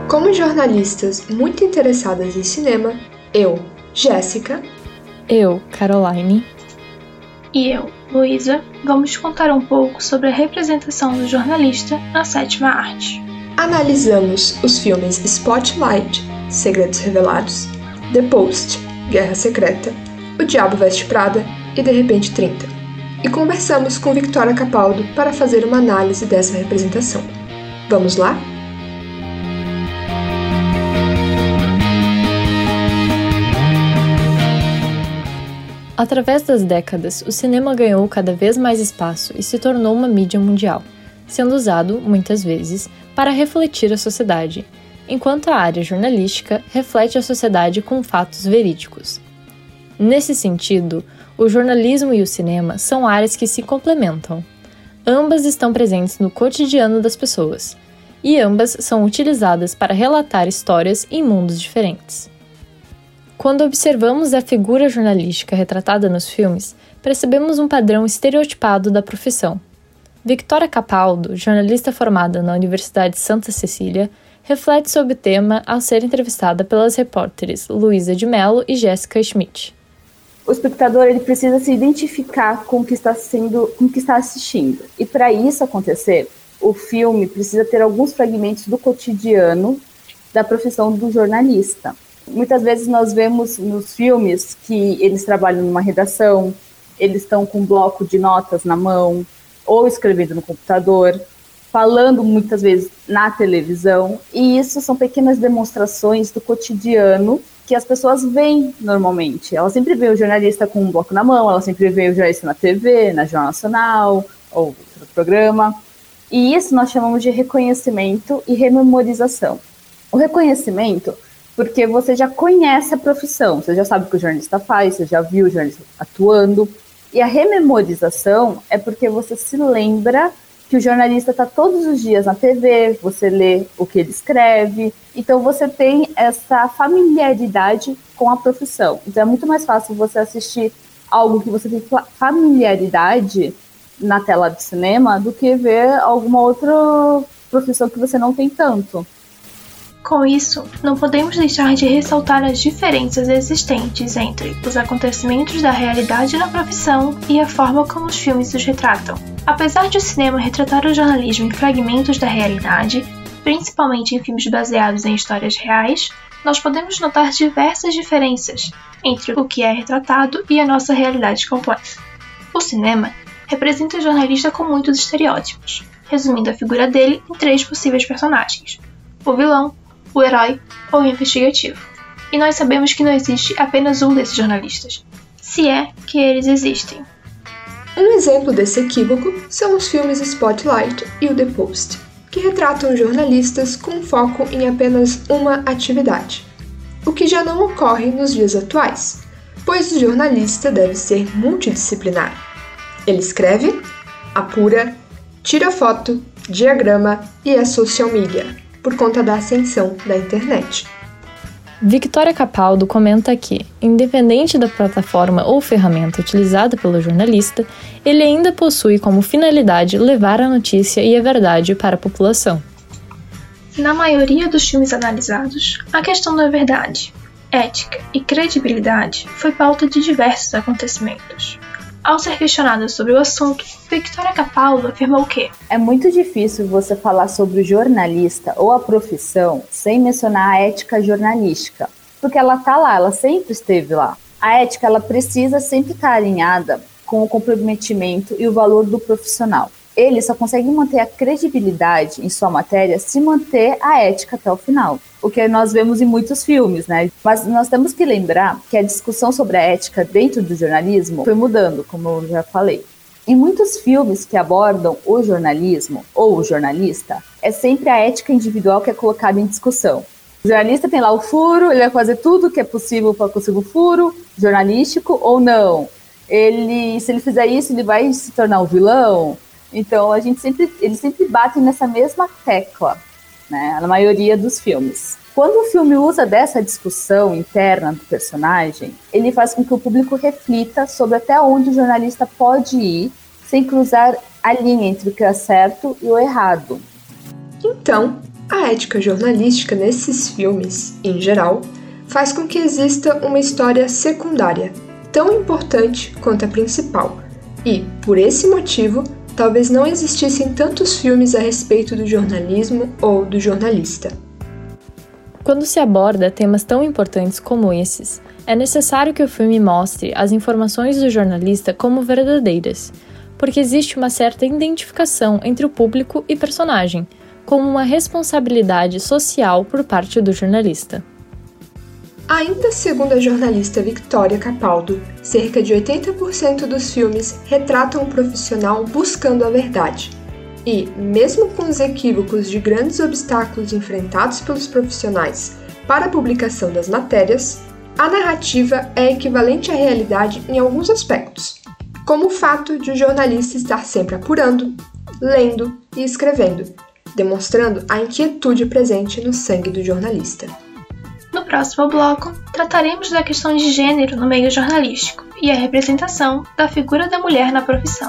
Como jornalistas muito interessadas em cinema, eu, Jéssica, eu, Caroline e eu, Luísa, vamos contar um pouco sobre a representação do jornalista na sétima arte. Analisamos os filmes Spotlight, Segredos Revelados, The Post, Guerra Secreta, O Diabo Veste Prada e De Repente 30, e conversamos com Victoria Capaldo para fazer uma análise dessa representação. Vamos lá? Através das décadas, o cinema ganhou cada vez mais espaço e se tornou uma mídia mundial, sendo usado, muitas vezes, para refletir a sociedade, enquanto a área jornalística reflete a sociedade com fatos verídicos. Nesse sentido, o jornalismo e o cinema são áreas que se complementam. Ambas estão presentes no cotidiano das pessoas, e ambas são utilizadas para relatar histórias em mundos diferentes. Quando observamos a figura jornalística retratada nos filmes, percebemos um padrão estereotipado da profissão. Victoria Capaldo, jornalista formada na Universidade Santa Cecília, reflete sobre o tema ao ser entrevistada pelas repórteres Luísa de Mello e Jéssica Schmidt. O espectador ele precisa se identificar com o que está assistindo. E para isso acontecer, o filme precisa ter alguns fragmentos do cotidiano da profissão do jornalista. Muitas vezes nós vemos nos filmes que eles trabalham numa redação, eles estão com um bloco de notas na mão, ou escrevendo no computador, falando muitas vezes na televisão, e isso são pequenas demonstrações do cotidiano que as pessoas veem normalmente. Elas sempre veem o jornalista com um bloco na mão, elas sempre veem o jornalista na TV, na Jornal Nacional, ou outro programa, e isso nós chamamos de reconhecimento e rememorização. O reconhecimento porque você já conhece a profissão, você já sabe o que o jornalista faz, você já viu o jornalista atuando. E a rememorização é porque você se lembra que o jornalista está todos os dias na TV, você lê o que ele escreve, então você tem essa familiaridade com a profissão. Então é muito mais fácil você assistir algo que você tem familiaridade na tela de cinema do que ver alguma outra profissão que você não tem tanto. Com isso, não podemos deixar de ressaltar as diferenças existentes entre os acontecimentos da realidade na profissão e a forma como os filmes os retratam. Apesar de o cinema retratar o jornalismo em fragmentos da realidade, principalmente em filmes baseados em histórias reais, nós podemos notar diversas diferenças entre o que é retratado e a nossa realidade complexa. O cinema representa o jornalista com muitos estereótipos, resumindo a figura dele em 3 possíveis personagens: o vilão, o herói ou o investigativo. E nós sabemos que não existe apenas um desses jornalistas, se é que eles existem. Um exemplo desse equívoco são os filmes Spotlight e o The Post, que retratam jornalistas com foco em apenas uma atividade, o que já não ocorre nos dias atuais, pois o jornalista deve ser multidisciplinar. Ele escreve, apura, tira foto, diagrama e é social media, por conta da ascensão da internet. Victoria Capaldo comenta que, independente da plataforma ou ferramenta utilizada pelo jornalista, ele ainda possui como finalidade levar a notícia e a verdade para a população. Na maioria dos filmes analisados, a questão da verdade, ética e credibilidade foi pauta de diversos acontecimentos. Ao ser questionada sobre o assunto, Victoria Capaldo afirmou que é muito difícil você falar sobre o jornalista ou a profissão sem mencionar a ética jornalística, porque ela está lá, ela sempre esteve lá. A ética ela precisa sempre estar alinhada com o comprometimento e o valor do profissional. Ele só consegue manter a credibilidade em sua matéria se manter a ética até o final, o que nós vemos em muitos filmes, né? Mas nós temos que lembrar que a discussão sobre a ética dentro do jornalismo foi mudando, como eu já falei. Em muitos filmes que abordam o jornalismo ou o jornalista, é sempre a ética individual que é colocada em discussão. O jornalista tem lá o furo, ele vai fazer tudo o que é possível para conseguir o furo jornalístico ou não. Se ele fizer isso, ele vai se tornar um vilão. Então, eles sempre batem nessa mesma tecla, né, na maioria dos filmes. Quando o filme usa dessa discussão interna do personagem, ele faz com que o público reflita sobre até onde o jornalista pode ir sem cruzar a linha entre o que é certo e o errado. Então, A ética jornalística nesses filmes, em geral, faz com que exista uma história secundária, tão importante quanto a principal, e, por esse motivo, talvez não existissem tantos filmes a respeito do jornalismo ou do jornalista. Quando se aborda temas tão importantes como esses, é necessário que o filme mostre as informações do jornalista como verdadeiras, porque existe uma certa identificação entre o público e personagem, como uma responsabilidade social por parte do jornalista. Ainda segundo a jornalista Victoria Capaldo, cerca de 80% dos filmes retratam um profissional buscando a verdade. E, mesmo com os equívocos de grandes obstáculos enfrentados pelos profissionais para a publicação das matérias, a narrativa é equivalente à realidade em alguns aspectos, como o fato de o jornalista estar sempre apurando, lendo e escrevendo, demonstrando a inquietude presente no sangue do jornalista. No próximo bloco, trataremos da questão de gênero no meio jornalístico e a representação da figura da mulher na profissão.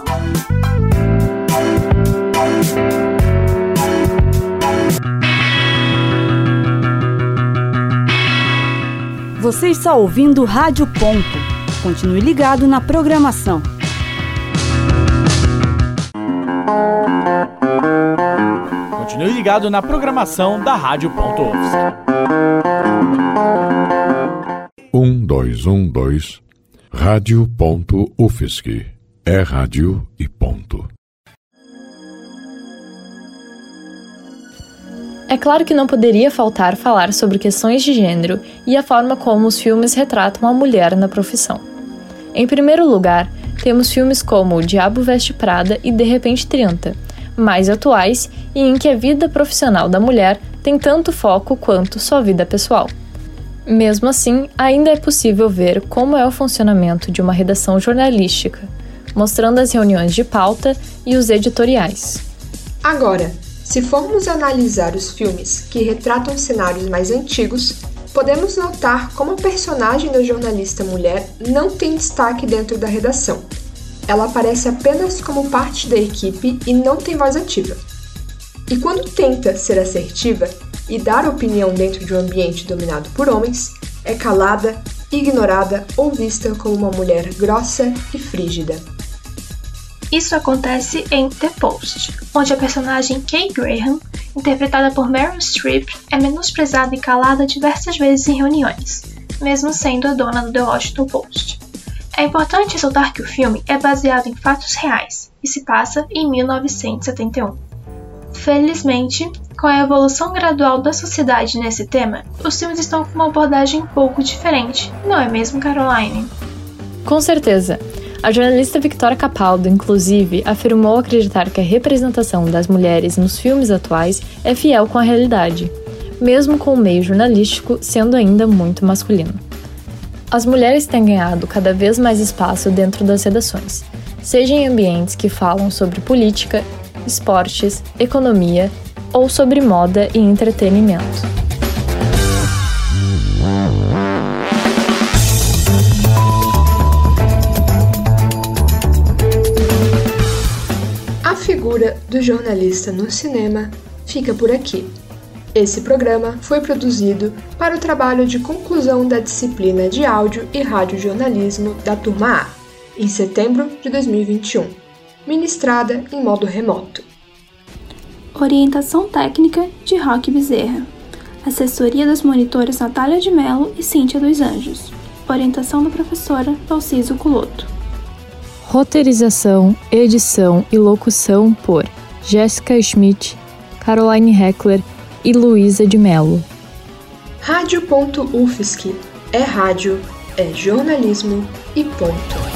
Você está ouvindo Rádio Ponto. Continue ligado na programação. Continue ligado na programação da Rádio Ponto UFSC. 1212 Rádio Ponto UFSC. É rádio e ponto. É claro que não poderia faltar falar sobre questões de gênero e a forma como os filmes retratam a mulher na profissão. Em primeiro lugar, temos filmes como O Diabo Veste Prada e De Repente 30, mais atuais e em que a vida profissional da mulher tem tanto foco quanto sua vida pessoal. Mesmo assim, ainda é possível ver como é o funcionamento de uma redação jornalística, mostrando as reuniões de pauta e os editoriais. Agora, se formos analisar os filmes que retratam cenários mais antigos, podemos notar como a personagem da jornalista mulher não tem destaque dentro da redação. Ela aparece apenas como parte da equipe e não tem voz ativa. E quando tenta ser assertiva e dar opinião dentro de um ambiente dominado por homens, é calada, ignorada ou vista como uma mulher grossa e frígida. Isso acontece em The Post, onde a personagem Kay Graham, interpretada por Meryl Streep, é menosprezada e calada diversas vezes em reuniões, mesmo sendo a dona do The Washington Post. É importante ressaltar que o filme é baseado em fatos reais e se passa em 1971. Felizmente, com a evolução gradual da sociedade nesse tema, os filmes estão com uma abordagem um pouco diferente, não é mesmo, Caroline? Com certeza. A jornalista Victoria Capaldo, inclusive, afirmou acreditar que a representação das mulheres nos filmes atuais é fiel com a realidade, mesmo com o meio jornalístico sendo ainda muito masculino. As mulheres têm ganhado cada vez mais espaço dentro das redações, seja em ambientes que falam sobre política, esportes, economia ou sobre moda e entretenimento. A figura do jornalista no cinema fica por aqui. Esse programa foi produzido para o trabalho de conclusão da disciplina de áudio e radiojornalismo da Turma A, em setembro de 2021, ministrada em modo remoto. Orientação técnica de Roque Bezerra. Assessoria das monitoras Natália de Mello e Cíntia dos Anjos. Orientação da professora Valciso Culoto. Roteirização, edição e locução por Jéssica Schmidt, Caroline Heckler e Luísa de Mello. Rádio.UFSC é rádio, é jornalismo e ponto.